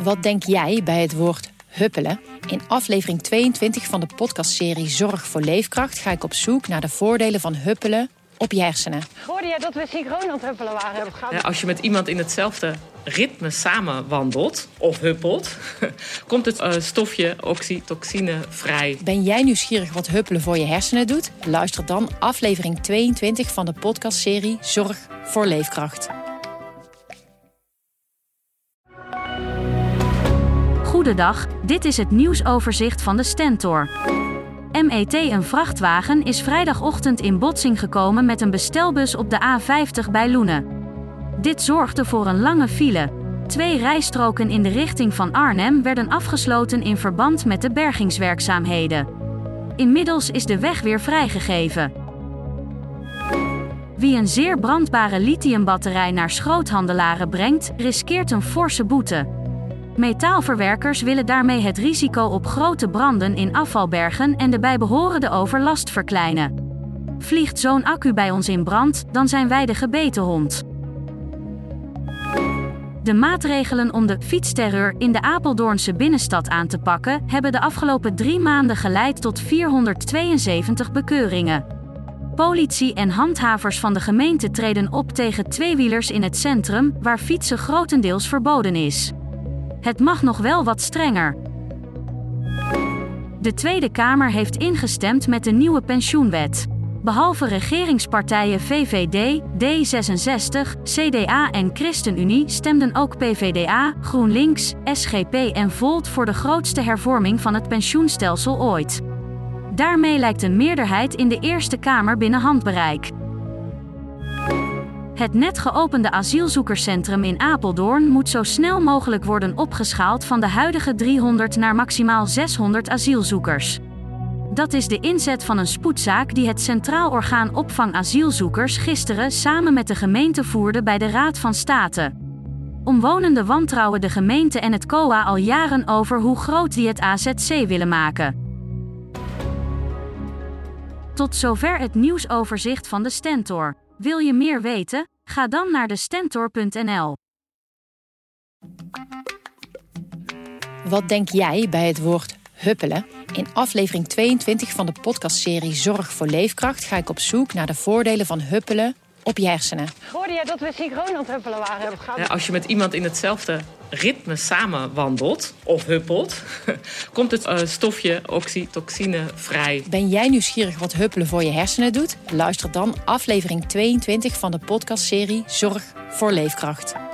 Wat denk jij bij het woord huppelen? In aflevering 22 van de podcastserie Zorg voor Leefkracht ga ik op zoek naar de voordelen van huppelen op je hersenen. Hoorde jij dat we synchroon aan het huppelen waren? Ja, als je met iemand in hetzelfde ritme samen wandelt of huppelt, komt het stofje oxytocine vrij. Ben jij nieuwsgierig wat huppelen voor je hersenen doet? Luister dan aflevering 22 van de podcastserie Zorg voor Leefkracht. Goedendag, dit is het nieuwsoverzicht van de Stentor. MET, een vrachtwagen, is vrijdagochtend in botsing gekomen met een bestelbus op de A50 bij Loenen. Dit zorgde voor een lange file. 2 rijstroken in de richting van Arnhem werden afgesloten in verband met de bergingswerkzaamheden. Inmiddels is de weg weer vrijgegeven. Wie een zeer brandbare lithiumbatterij naar schroothandelaren brengt, riskeert een forse boete. Metaalverwerkers willen daarmee het risico op grote branden in afvalbergen en de bijbehorende overlast verkleinen. Vliegt zo'n accu bij ons in brand, dan zijn wij de gebeten hond. De maatregelen om de fietsterreur in de Apeldoornse binnenstad aan te pakken, hebben de afgelopen 3 maanden geleid tot 472 bekeuringen. Politie en handhavers van de gemeente treden op tegen tweewielers in het centrum, waar fietsen grotendeels verboden is. Het mag nog wel wat strenger. De Tweede Kamer heeft ingestemd met de nieuwe pensioenwet. Behalve regeringspartijen VVD, D66, CDA en ChristenUnie stemden ook PvdA, GroenLinks, SGP en Volt voor de grootste hervorming van het pensioenstelsel ooit. Daarmee lijkt een meerderheid in de Eerste Kamer binnen handbereik. Het net geopende asielzoekerscentrum in Apeldoorn moet zo snel mogelijk worden opgeschaald van de huidige 300 naar maximaal 600 asielzoekers. Dat is de inzet van een spoedzaak die het Centraal Orgaan Opvang Asielzoekers gisteren samen met de gemeente voerde bij de Raad van State. Omwonenden wantrouwen de gemeente en het COA al jaren over hoe groot die het AZC willen maken. Tot zover het nieuwsoverzicht van de Stentor. Wil je meer weten? Ga dan naar de stentor.nl. Wat denk jij bij het woord huppelen? In aflevering 22 van de podcastserie Zorg voor Leefkracht ga ik op zoek naar de voordelen van huppelen op je hersenen. Hoorde jij dat we synchroon aan het huppelen waren? Ja, als je met iemand in hetzelfde ritme samen wandelt of huppelt, komt het stofje oxytocine vrij. Ben jij nieuwsgierig wat huppelen voor je hersenen doet? Luister dan aflevering 22 van de podcastserie Zorg voor Leefkracht.